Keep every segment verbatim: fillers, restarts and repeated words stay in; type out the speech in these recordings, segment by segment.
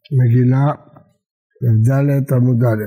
מגילה ד' עמוד א'.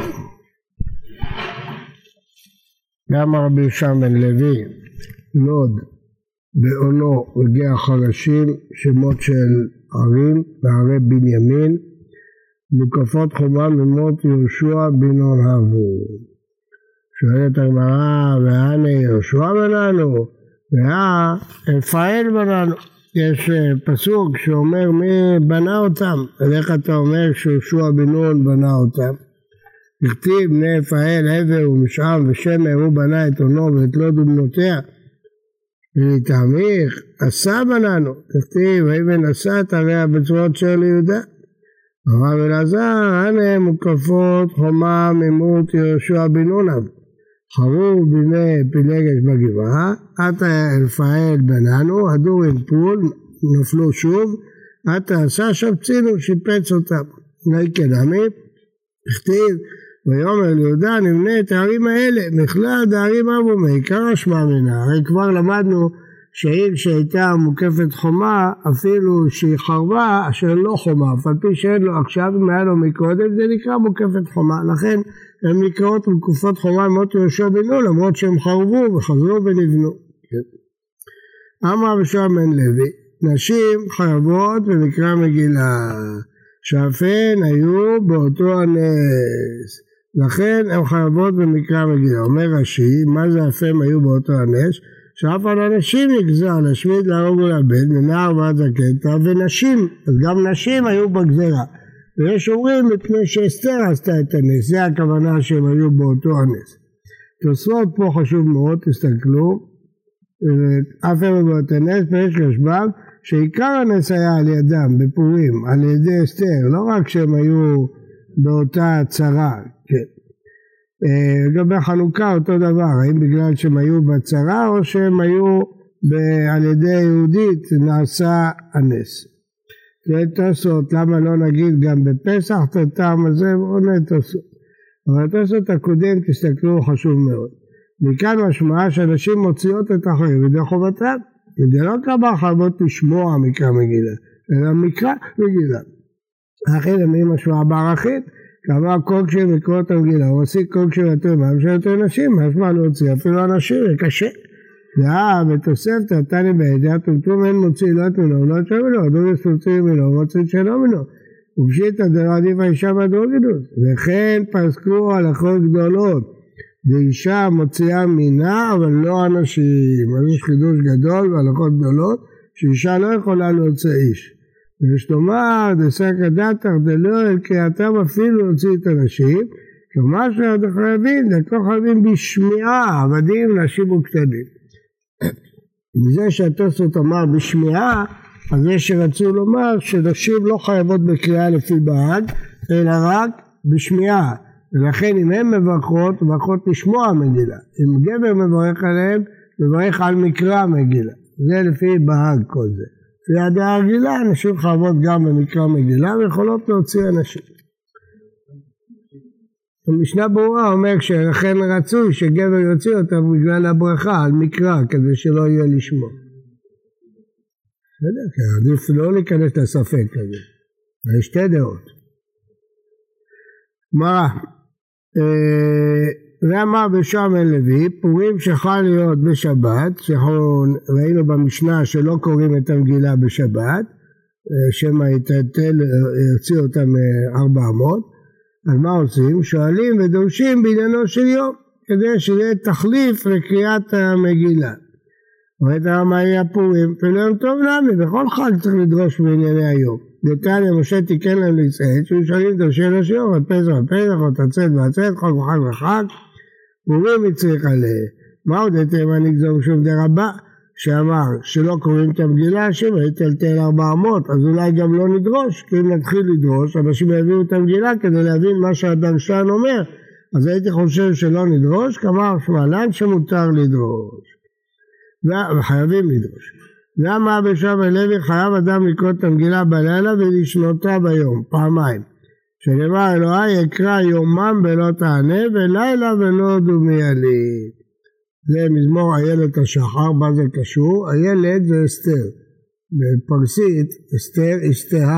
גם רבי שם בן לוי, לוד, בעונו וגיא חרשים, שמות של ערים וערי בנימין, מוקפות חומה ממות יהושע בן ארהבו. שואלת הגמרא, והנה יהושע בננו, וה רפאל בננו. יש פסוק שאומר מי בנה אותם, ואיך אתה אומר שיהושע בן נון בנה אותם? הכתיב בני רפאל, עבר ומשעם ושמר, הוא בנה את עונו ואת לוד ובנותיה. ולתעמיך, עשה בננו, הכתיב, ויבן עשה את ערי הבצורות של יהודה. הרב אלעזר, הנה מוקפות חומה ממות יהושע בן נון. חרוב בני פילגש בגבעה, עתה רפאל בננו, הדור עם פול, נפלו שוב, עתה עשה שבצינו, שיפץ אותם. נאי כדמי, הכתיב, ויאמר ליהודה נבנה את הערים האלה, מכלד הערים אבו, מעיקר השמע מנה, הרי כבר למדנו שעיר שהייתה מוקפת חומה, אפילו שהיא חרבה, אשר לא חומה, אף על פי שאין לו עכשיו, אם היה לו מקודם, זה נקרא מוקפת חומה, לכן הן נקראות מוקפות חומה מות יהושע בן נון, למרות שהם חרבו וחזרו ונבנו. אמר רבי שם בן לוי, נשים חרבות במקרא מגילה, שאפן היו באותו הנס, לכן הן חרבות במקרא מגילה. אומר רש"י, מה זה אפם היו באותו הנס? שאף על אנשים נגזר להשמיד, להרוג ולאבד, מנער ועד זקן, ונשים, אז גם נשים היו בגזרה. ויש אומרים מפני שאסתר עשתה את הנס, זה הכוונה שהם היו באותו הנס. תוספות פה חשוב מאוד, תסתכלו, אף הם באותו הנס, ויש רשב"ם, שעיקר הנס היה על ידם בפורים, על ידי אסתר, לא רק שהם היו באותה צרה, כן. לגבי חנוכה אותו דבר, האם בגלל שהם היו בצרה או שהם היו ב- על ידי יהודית נעשה הנס. תוספות, למה לא נגיד גם בפסח את הטעם הזה, ועונה תוספות. אבל התוספות הקודם תסתכלו חשוב מאוד. מכאן משמעה שאנשים מוציאות את החיים בידי חובתם. זה לא כמה חייבות לשמוע מקרא מגילה, אלא מקרא מגילה. לכן למי משמעה בערכית? כמה כל כשהם מקרוא את המגילה, הוא עושה כל כשהם יותר מה משהו יותר נשים, משמע להוציא אפילו אנשים, זה קשה. זה בתוספת, תני בידי הטומטום אין מוציא לא את מינו, לא את שם מינו, אדור יספוציא מינו, מוציא את שלא מינו. ופשיט הדבר עדיף האישה והדרוגדות. וכן פסקו הלכות גדולות, ואישה מוציאה מינה, אבל לא אנשים. אז יש חידוש גדול והלכות גדולות, שאישה לא יכולה להוציא איש. ויש לומר, דסקא דתך דלא אל כי אתה אפילו להוציא את הנשים, כלומר שאנחנו חייבים, דקו חייבים בשמיעה, עבדים, נשים וקטנים. מזה שהתוספות אמר בשמיעה, אז זה שרצו לומר שנשים לא חייבות בקריאה לפי בהג, אלא רק בשמיעה. ולכן אם הן מברכות, מברכות לשמוע מגילה. אם גבר מברך עליהם, מברך על מקרא מגילה. זה לפי בהג כל זה. לפי הדעה הרגילה, נשים חייבות גם במקרא מגילה, ויכולות להוציא אנשים. המשנה ברורה אומר שלכן רצוי שגבר יוציא אותם בגלל הברכה על מקרא, כדי שלא יהיה לשמוע. עדיף לא להיכנס לספק כזה. יש שתי דעות. מה? ואמר בשם בן לוי, פורים שחל להיות בשבת, ראינו במשנה שלא קוראים את המגילה בשבת, שמא יתתל, יוציא אותם ארבע מאות, אז מה עושים? שואלים ודורשים בעניינו של יום, כדי שיהיה תחליף לקריאת המגילה. ואת מה יהיה פורים, ולא טוב לנו, בכל חג צריך לדרוש בענייני היום. דתניא משה תיקן להם לישראל, שהוא שואלים דורשי לשיעור, על פסח ופסח, או תצאת ועצת, חג וחג וחג, פורים יצריך עליהם. מה עוד הייתם מה נגזור שוב דרבה, שאמר שלא קוראים את המגילה, שוב יטלטל ארבע מאות, אז אולי גם לא נדרוש, כי אם נתחיל לדרוש, אנשים יביאו את המגילה כדי להבין מה שהדרשן אומר, אז הייתי חושב שלא נדרוש, כלומר שמעלן שמותר לדרוש, וחייבים לדרוש. למה בשם בן לוי חייב אדם לקרוא את המגילה בלילה ולשנותה ביום, פעמיים, שנאמר אלוהי יקרא יומם ולא תענה, ולילה ולא דומי לי. זה מזמור איילת השחר, מה זה קשור? איילת זה אסתר. בפרסית אסתר אסתהר,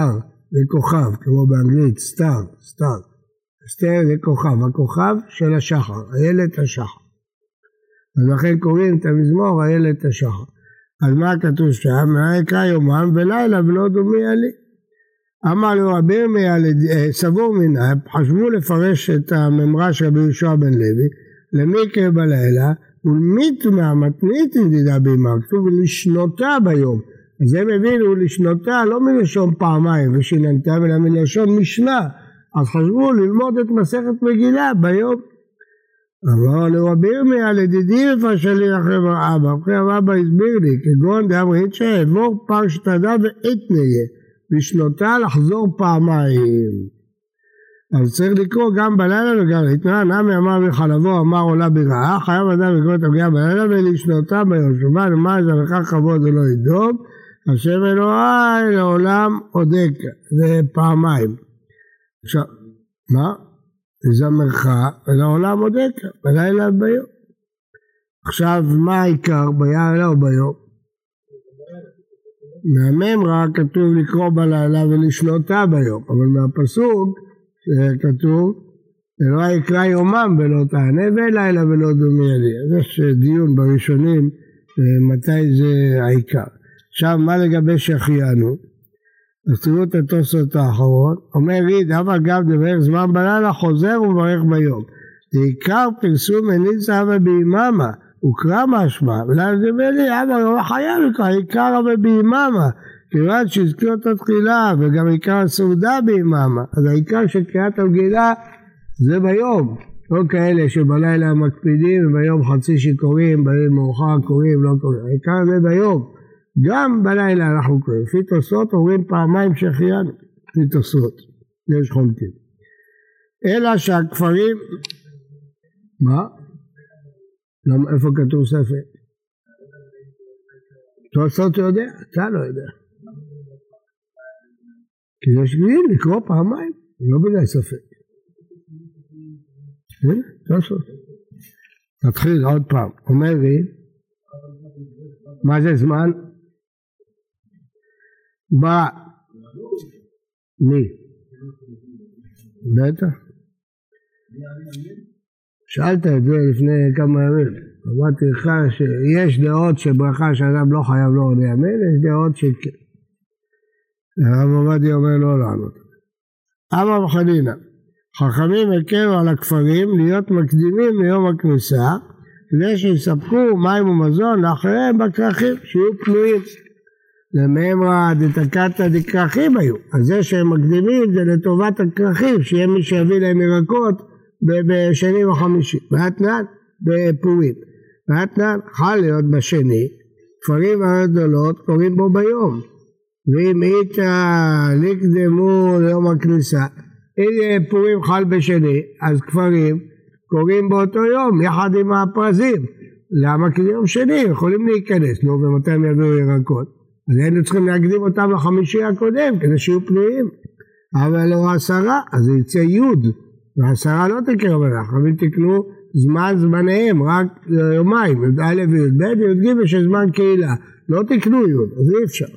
זה כוכב, כמו באנגלית, סטאר, סטאר. סטאר זה כוכב, הכוכב של השחר, איילת השחר. אז לכן קוראים את המזמור איילת השחר. אז מה כתוב שם? יקרא יומם ולילה ולא דומי עלי. אמר לו רבי ירמיה סבור מנה, חשבו לפרש את הממרה של רבי יהושע בן לוי, למקרה בלילה, ולמיתמה מתנית נדידה בימה, כתוב לשנותה ביום. אז הם הבינו לשנותה לא מלשון פעמיים ושיננתה, אלא מלשון משנה. אז חשבו ללמוד את מסכת מגילה ביום. אמר לו רבי ירמיה לדידי מפרשלי אחרי אבא, אחרי אבא הסביר לי, כגון דאמרית שעבור פרשתדה ואתניה, בשנותה לחזור פעמיים. אז צריך לקרוא גם בלילה וגם להתנאה, נמי אמר בחלבו, אמר עולה ברעה, חייב אדם לקרוא את הפגיעה בלילה ולשנותה ביום. שמה למה זה לכך כבוד ולא ידום, השם אלוהי לעולם עודק, זה פעמיים. עכשיו, מה? זמרך ולעולם עודק, בלילה ביום. עכשיו, מה העיקר, בלילה או ביום? מהממרה כתוב לקרוא בלילה ולשנותה ביום, אבל מהפסוק כתוב, אלוהי יקרא יומם ולא תענה ולילה ולא דומי עלי. אז יש דיון בראשונים מתי זה העיקר. עכשיו, מה לגבי שהחיינו? אז תראו את התוספות האחרון, אומר ריד, אבל גם דברך זמן בלילה חוזר וברך ביום. זה עיקר פרסום מניצה וביממה, וקרא משמע, ולמה זה בלי, אבל לא חייב לקרוא, עיקר וביממה, כיוון שהזכיר את התחילה, וגם עיקר הסעודה ביממה, אז העיקר של קריאת המגילה זה ביום, לא כאלה שבלילה מקפידים, וביום חצי שקוראים, ביום מאוחר קוראים, לא קוראים, העיקר זה ביום. גם בלילה אנחנו קוראים, לפי תוספות אומרים פעמיים שהחיינו, לפי תוספות, יש חולקים. אלא שהכפרים, מה? למה, איפה כתוב ספר? תוספות יודע? אתה לא יודע. כי יש גביל לקרוא פעמיים, לא בגלל ספק. הנה, תוספות. תתחיל עוד פעם, אומר לי, מה זה זמן? בא מי? בטח. שאלת את זה לפני כמה ימים. אמרתי לך שיש דעות שברכה שאדם לא חייב לו להאמין, יש דעות שכן. הרב עובדיה אומר לא לענות. אמר וחנינה, חכמים הקלו על הכפרים להיות מקדימים ליום הכניסה, כדי שיספקו מים ומזון לאחריהם בכרכים, שיהיו פנויים. למאמרה דתקתא דכרכים היו, אז זה שהם מקדימים זה לטובת הכרכים, שיהיה מי שיביא להם ירקות בשני וחמישי, והתנן בפורים, והתנן חל להיות בשני, כפרים הגדולות קוראים בו ביום, ואם איתה לקדמו ליום הכניסה, אם פורים חל בשני, אז כפרים קוראים באותו יום יחד עם הפרזים. למה? כי יום שני יכולים להיכנס, נו, ומתי הם יביאו ירקות? אז היינו צריכים להקדים אותם לחמישי הקודם, כדי שיהיו פנויים. אבל לא עשרה, אז זה יצא יוד, ועשרה לא תקרב לך, אבל תקנו זמן זמניהם, רק יומיים, י' א' וי' ב' וי' ג' של זמן קהילה, לא תקנו יוד, אז אי אפשר.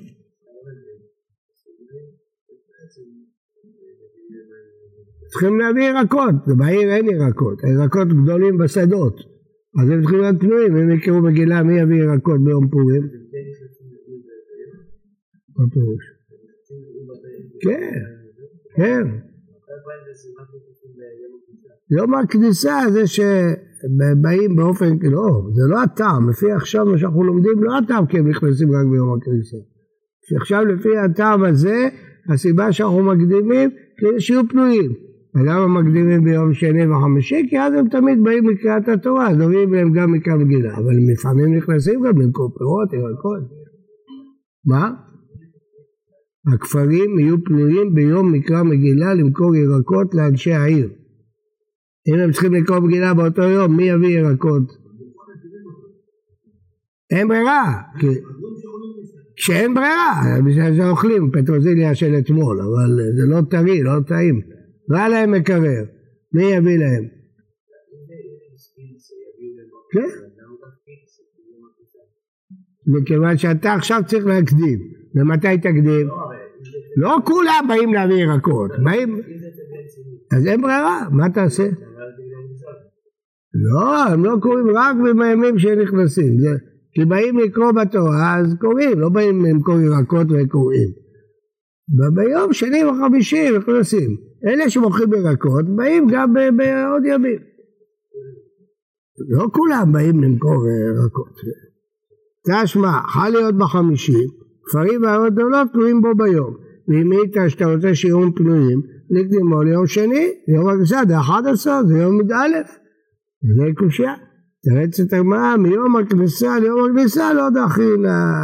צריכים להביא ירקות, בעיר אין ירקות, הירקות גדולים בשדות, אז הם צריכים להיות פנויים, אם יקראו מגילה מי יביא ירקות ביום פורים? מה פירוש? כן, כן. יום הכניסה זה שבאים באופן, לא, זה לא הטעם, לפי עכשיו מה שאנחנו לומדים, לא הטעם כי הם נכנסים רק ביום הכניסה. שעכשיו לפי הטעם הזה, הסיבה שאנחנו מקדימים, כדי שיהיו פנויים. ולמה מקדימים ביום שני וחמישי? כי אז הם תמיד באים לקראת התורה, אז דומים להם גם מקרא מגילה, אבל לפעמים נכנסים גם למכור פירות, ירקות. מה? הכפרים יהיו פנויים ביום מקרא מגילה למכור ירקות לאנשי העיר. אם הם צריכים לקרוא מגילה באותו יום, מי יביא ירקות? אין ברירה. כשאין ברירה, בשביל זה אוכלים פטרוזיליה של אתמול, אבל זה לא טרי, לא טעים. רע להם מקרר, מי יביא להם? כן? מכיוון שאתה עכשיו צריך להקדים. ומתי תקדים? לא כולם באים להביא ירקות, באים... אז אין ברירה, מה תעשה? לא, הם לא קוראים רק בימים שנכנסים, כי באים לקרוא בתורה אז קוראים, לא באים למכור ירקות וקוראים. ביום שני וחמישי נכנסים, אלה שמוכרים ירקות באים גם בעוד ימים. לא כולם באים למכור ירקות. תשמע, חל להיות בחמישי, כפרים ועיירות גדולות קוראים בו ביום. ואם היית שאתה רוצה שיום פנויים, נקדימו ליום שני, יום הכניסה, זה אחד עשר, זה יום מ"א. זה קושיה. תרץ את הגמרא, מיום הכניסה ליום הכניסה לא דחין.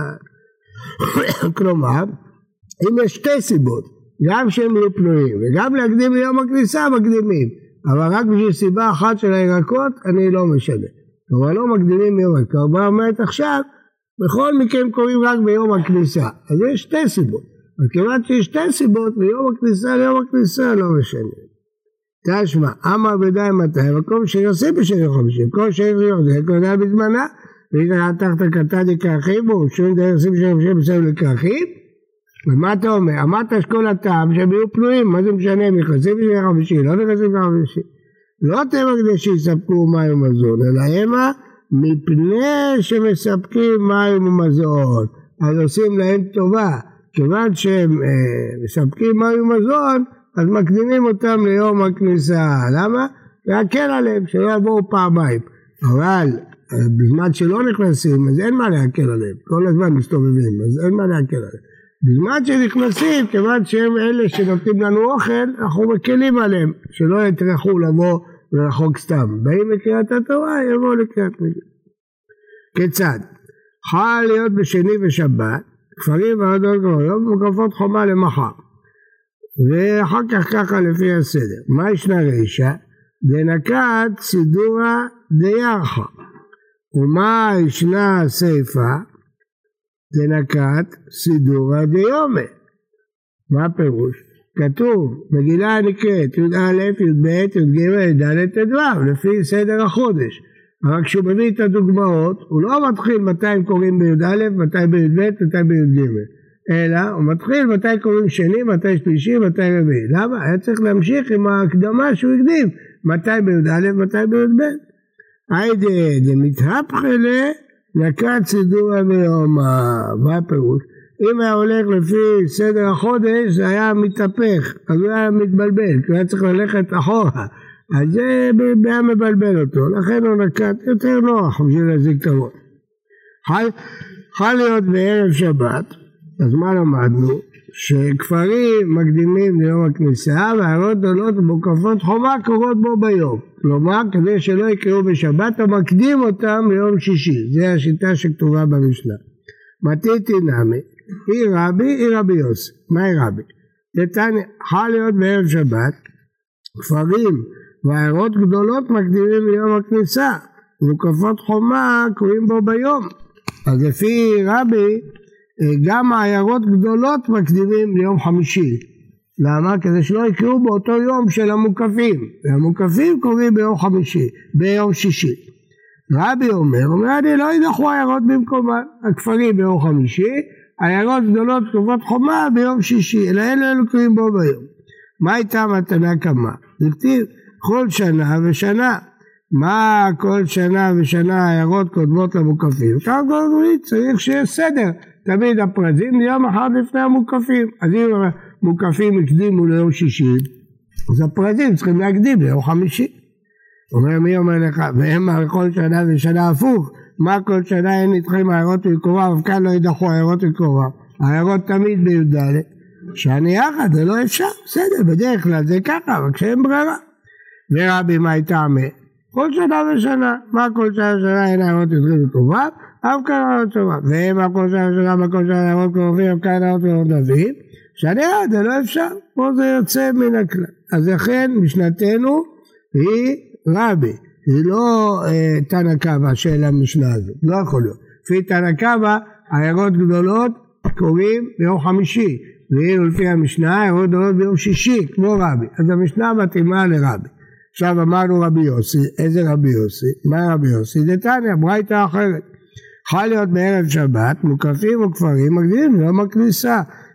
כלומר, אם יש שתי סיבות, גם שהם יהיו פנויים, וגם להקדים ליום הכניסה מקדימים, אבל רק בשביל סיבה אחת של הירקות, אני לא משנה. אבל לא מקדימים יום הכניסה. כלומר, אומרת עכשיו, בכל מקרה הם קוראים רק ביום הכניסה. אז יש שתי סיבות. אבל כמעט שיש שתי סיבות, ביום הכניסה ליום הכניסה לא משנה. תשמע, אמר בדי מתי, מקום שיוסי בשני חמישים, כל שני חמישים, כל דעה בזמנה, ואיתה תחת קטן לכרכים, או שום דעה יוסי בשני חמישים בסביב לכרכים, ומה אתה אומר? אמרת שכל הטעם שהם יהיו פנויים, מה זה משנה, הם נכנסים בשני חמישים, לא נכנסים בשני חמישים. לא תמה כדי שיספקו מים ומזון, אלא המה מפני שמספקים מים ומזון, אז עושים להם טובה, כיוון שהם אה, מספקים מים ומזון, אז מקדימים אותם ליום הכניסה. למה? להקל עליהם, שלא יבואו פעמיים. אבל בזמן שלא נכנסים, אז אין מה להקל עליהם. כל הזמן מסתובבים, אז אין מה להקל עליהם. בזמן שנכנסים, כיוון שהם אלה שנותנים לנו אוכל, אנחנו מקלים עליהם, שלא יטרחו לבוא ולחוק סתם. באים לקריאת התורה, יבואו לקריאת מגילה. כיצד? חל להיות בשני ושבת, כפרים ועדות גדולות, מוקפות חומה למחר. ואחר כך ככה לפי הסדר. מה ישנה רישה? דנקת סידורה דירחה. ומה ישנה סיפה? דנקת סידורה דיומה. מה הפירוש? כתוב, מגילה נקראת י"א, י"ב, י"ג, י"ד, י"ו, לפי סדר החודש. אבל כשהוא מביא את הדוגמאות, הוא לא מתחיל מתי הם קוראים בי"א, מתי בי"ב, מתי בי"ג. אלא הוא מתחיל מתי קוראים שני, מתי שלישי, מתי רביעי. למה? היה צריך להמשיך עם ההקדמה שהוא הקדים. מתי בי"א, מתי בי"ב. היידה דמתהפכלה נקת סידורה מיומה. מה הפירוש? אם היה הולך לפי סדר החודש, זה היה מתהפך, אז הוא היה מתבלבל, כי הוא היה צריך ללכת אחורה. אז זה היה מבלבל אותו, לכן הוא נקט יותר נוח בשביל להזיק את הראש. חל להיות בערב שבת, אז מה למדנו? שכפרים מקדימים ליום הכניסה ועיירות גדולות מוקפות חומה קורות בו ביום. כלומר, כדי שלא יקראו בשבת, אתה מקדים אותם ליום שישי. זו השיטה שכתובה במשנה. מתיתי נמי, היא רבי, היא רבי יוסי. מה היא רבי? חל להיות בערב שבת, כפרים ועיירות גדולות מקדימים ליום הכניסה, מוקפות חומה קוראים בו ביום. אז לפי רבי, גם העיירות גדולות מקדימים ליום חמישי. למה? כדי שלא יקראו באותו יום של המוקפים. והמוקפים קוראים ביום חמישי, ביום שישי. רבי אומר, אומר, אני לא ידחו העיירות במקומן. הכפרים ביום חמישי, העיירות גדולות קרובות חומה ביום שישי, אלא אלה אלו קוראים בו ביום. מה הייתה מתנה כמה? דכתיב, כל שנה ושנה. מה כל שנה ושנה העיירות קודמות למוקפים? כך גורית, צריך שיהיה סדר. תמיד הפרזים ליום אחד לפני המוקפים. אז אם המוקפים הקדימו ליום שישי, אז הפרזים צריכים להקדים ליום חמישי. אומר מי אומר לך, והם כל שנה ושנה הפוך. מה כל שנה אין נדחים העיירות מקורב, וכאן לא ידחו העיירות מקורב. העיירות תמיד בי"ד. שאני יחד, זה לא אפשר. בסדר, בדרך כלל זה ככה, אבל כשאין ברירה. ורבי מה הייתה עמד? כל שנה ושנה. מה כל שנה ושנה אין העיירות נדחים מקורב? אף כאן העיירות טובה. והם כל שנה ושנה, מה כל שנה העיירות קרובים, אף כאן העיירות מאוד נביאים. שאני יחד, זה לא אפשר. פה זה יוצא מן הכלל. אז לכן משנתנו היא רבי. היא לא אה, תנא קמא של המשנה הזאת, לא יכול להיות. לפי תנא קמא, עיירות גדולות קוראים ביום חמישי, ואילו לפי המשנה, עיירות גדולות ביום שישי, כמו רבי. אז המשנה מתאימה לרבי. עכשיו אמרנו רבי יוסי, איזה רבי יוסי? מה רבי יוסי? דתניא, ברייתא אחרת. חל להיות בערב שבת, מוקפים וכפרים מקדימים ליום הכניסה.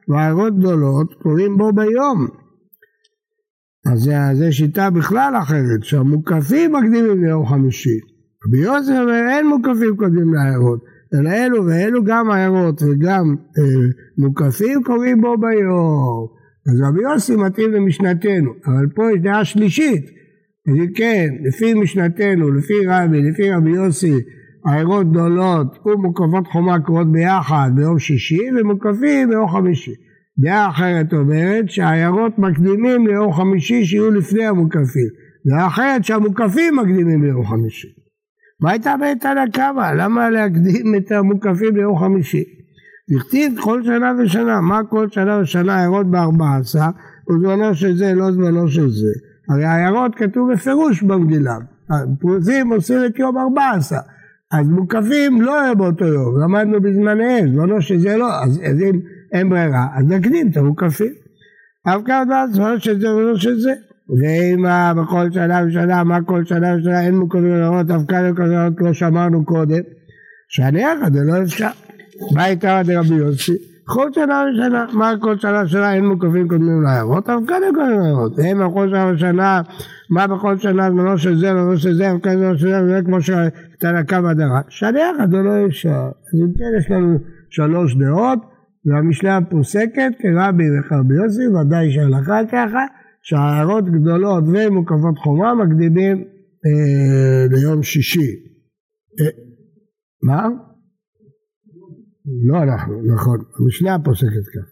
ועיירות גדולות קוראים בו ביום. אז זה, זה שיטה בכלל אחרת, שהמוקפים מקדימים ליום חמישי. רבי יוסי אומר אין מוקפים קודמים לעיירות, אלא אלו ואלו גם עיירות וגם אה, מוקפים קוראים בו ביום. אז רבי יוסי מתאים למשנתנו, אבל פה יש דעה שלישית. אז כן, לפי משנתנו, לפי רבי, לפי רבי יוסי, עיירות גדולות ומוקפות חומה קורות ביחד ביום שישי ומוקפים ביום חמישי. דעה אחרת אומרת שהעיירות מקדימים ליום חמישי שיהיו לפני המוקפים. דעה אחרת שהמוקפים מקדימים ליום חמישי. מה הייתה בעתנא קמא? למה להקדים את המוקפים ליום חמישי? נכתיב כל שנה ושנה. מה כל שנה ושנה? עיירות בארבע עשרה, וזמנו של זה לא זמנו של זה. הרי העיירות כתוב בפירוש במגילה. פרוזים עושים את יום ארבע עשרה. אז מוקפים לא יהיה באותו יום. למדנו בזמניהם. זמנו שזה לא. אז, אז אם אין ברירה, אז נקדים את המוקפים. אף כמה זמנו של זה ולא של זה. ואם בכל שנה ושנה, מה כל שנה ושנה, אין מוקפים לראות, אף כמה כזאת לא שמענו קודם. שאני יחד, זה לא אפשר. מה הייתה עד רבי יוסי? כל שנה ושנה, מה כל שנה ושנה, אין מוקפים קודמים לעיירות, אף כאן אין קודמים לעיירות. הם בכל שנה ושנה, מה בכל שנה, זמנו של זה, זמנו של זה, אף כאן זמנו של זה, וזה כמו שהייתה לקו הדרה. שאני יחד, זה לא אפשר. אז אם כן, יש לנו שלוש דעות, והמשנה פוסקת, כרבי ורבי יוסי, ודאי שהלכה ככה, שהעיירות גדולות ומוקפות חומה מקדימים אה, ליום שישי. אה, מה? לא אנחנו, נכון, המשנה פוסקת כך.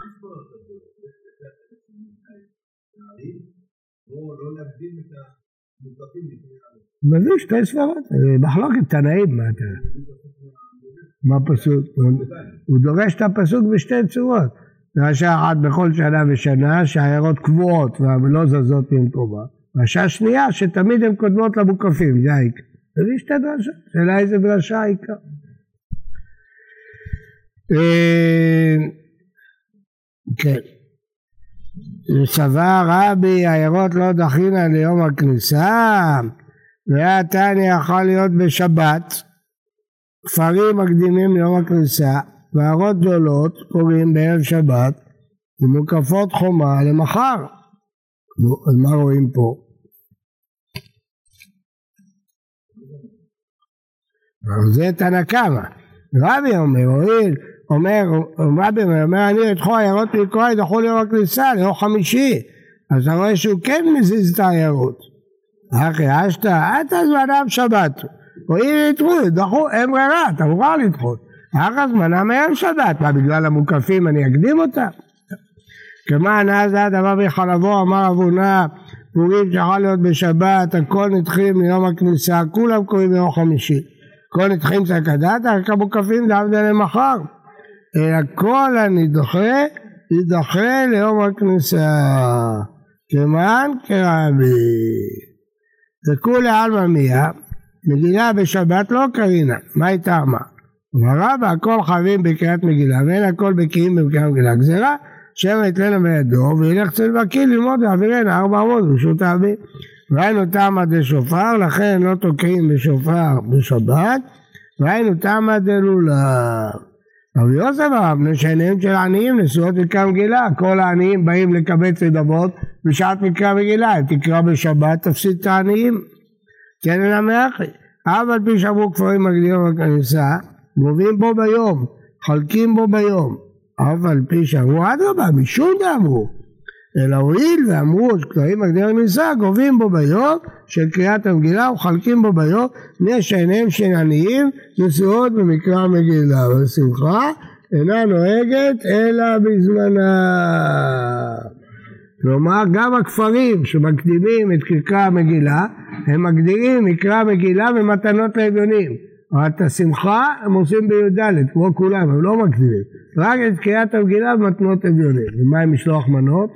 מביא שתי סברות, מחלוקת תנאים, מה אתה? מה פסוק? הוא דורש את הפסוק בשתי צורות. רשע אחת בכל שנה ושנה שהעיירות קבועות ולא זזות ממקומה. רשע שנייה שתמיד הן קודמות למוקפים, זה העיקר. מביא שתי דרשה, שאלה איזה דרשה העיקר. כן, סבר רבי העיירות לא דחינה ליום הכניסה, והתניא יכול להיות בשבת, כפרים מקדימים ליום הכניסה, ועיירות גדולות קוראים בערב שבת ומוקפות חומה למחר. אז מה רואים פה? זה תנא קמא. רבי אומר, הואיל אומר, רבי אומר, אני אתחו העיירות לקרוא, ידחו ליום הכניסה, ליום חמישי. אז אתה רואה שהוא כן מזיז את העיירות. אחי, אשתה, אתה זמנם שבת. הואיל יתחו, ידחו, אין ברירה, אתה מוכר לדחות. אחי זמנם אין שבת, מה בגלל המוקפים אני אקדים אותה? כמה נאז עד אמר בחלבו, אמר אבונה, פורים שיכול להיות בשבת, הכל נדחים מיום הכניסה, כולם קוראים ביום חמישי. כל נדחים סקדת, רק המוקפים דווקא למחר. אלא כל הנדחה, ידחה ליום הכניסה. כמן כרבי. וכולי עלמא מיה, מגילה בשבת לא קרינה. מה היא טעמה? אמרה בה, הכל חייבים בקריאת מגילה, ואין הכל בקיאים בקריאת מגילה. גזירה, שם יתלנה בידו, וילך צל וקיל ללמוד להעבירנה ארבע מאות ברשות האבי. ראינו טעמה דשופר, לכן לא תוקעים בשופר בשבת, ראינו טעמה דלולה. רבי יוסף אמר, בני שעיניהם של העניים נשואות לקרוא מגילה, כל העניים באים לקבץ נדבות בשעת מקרא מגילה, אם תקרא בשבת תפסיד את העניים. כן אלא מאחי, אף על פי שאמרו כפרים מקדימים בכניסה, גובים בו ביום, חלקים בו ביום, אף על פי שאמרו אדרבה, משום דאמרו, אלא הואיל ואמרו שכתרים מקדימים בכניסה, גובים בו ביום של קריאת המגילה וחלקים בו ביום, בני שעיניהם של עניים נשואות במקרא המגילה, ושמחה אינה נוהגת אלא בזמנה. כלומר גם הכפרים שמקדימים את קרקע המגילה, הם מקדימים מקרא המגילה ומתנות לאביונים. אבל את השמחה הם עושים בי"ד, כמו כולם, הם לא מקדימים. רק את קריאת המגילה ומתנות אביונים. ומה עם משלוח מנות?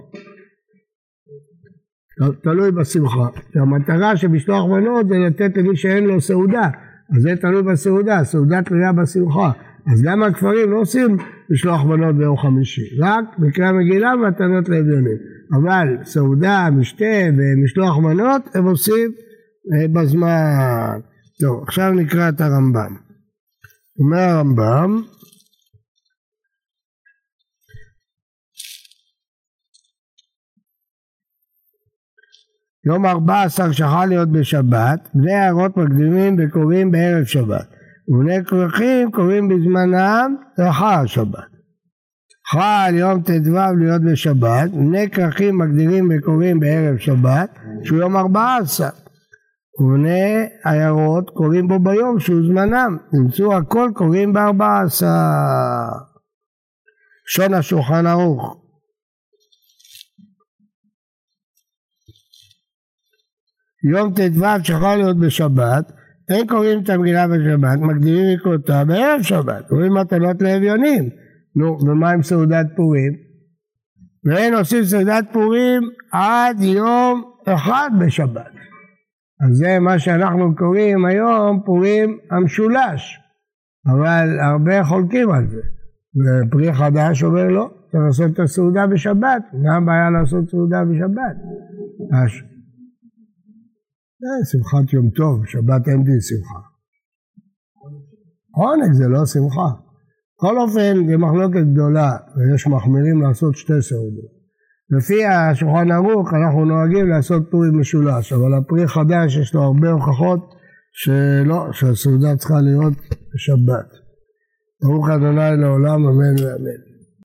תלוי בשמחה. המטרה של משלוח מנות זה לתת למי שאין לו סעודה. אז זה תלוי בסעודה, סעודה תלויה בשמחה. אז גם הכפרים לא עושים משלוח מנות ביום חמישי. רק מקרא המגילה ומתנות לאביונים. אבל סעודה, משתה ומשלוח מנות הם עושים בזמן. טוב, עכשיו נקרא את הרמב"ם. אומר הרמב"ם, יום ארבע עשר שחל להיות בשבת, בני יערות מקדימים וקוראים בערב שבת, ובני כרכים קוראים בזמנם לאחר השבת. חל יום ט"ו להיות בשבת, בני כרכים מקדימים וקוראים בערב שבת, שהוא יום ארבע עשר. ובני עיירות קוראים בו ביום שהוא זמנם, נמצאו הכל קוראים בארבע עשר. שון השולחן ערוך. יום ט"ו שחל להיות בשבת, אין קוראים את המגילה בשבת, מקדימים לקרותה בערב שבת, קוראים מתנות לאביונים. נו, ומה עם סעודת פורים? ואין עושים סעודת פורים עד יום אחד בשבת. אז זה מה שאנחנו קוראים היום פורים המשולש, אבל הרבה חולקים על זה. ופרי חדש אומר לא, צריך לעשות את הסעודה בשבת. מה הבעיה לעשות סעודה בשבת? הש... זה שמחת יום טוב, שבת אין די שמחה. עונג זה לא שמחה. כל אופן זה מחלוקת גדולה, ויש מחמירים לעשות שתי סעודות. לפי השולחן ערוך אנחנו נוהגים לעשות פורים משולש, אבל הפרי חדש יש לו הרבה הוכחות שלא, שהסעודה צריכה להיות בשבת. ברוך ה' לעולם, אמן ואמן.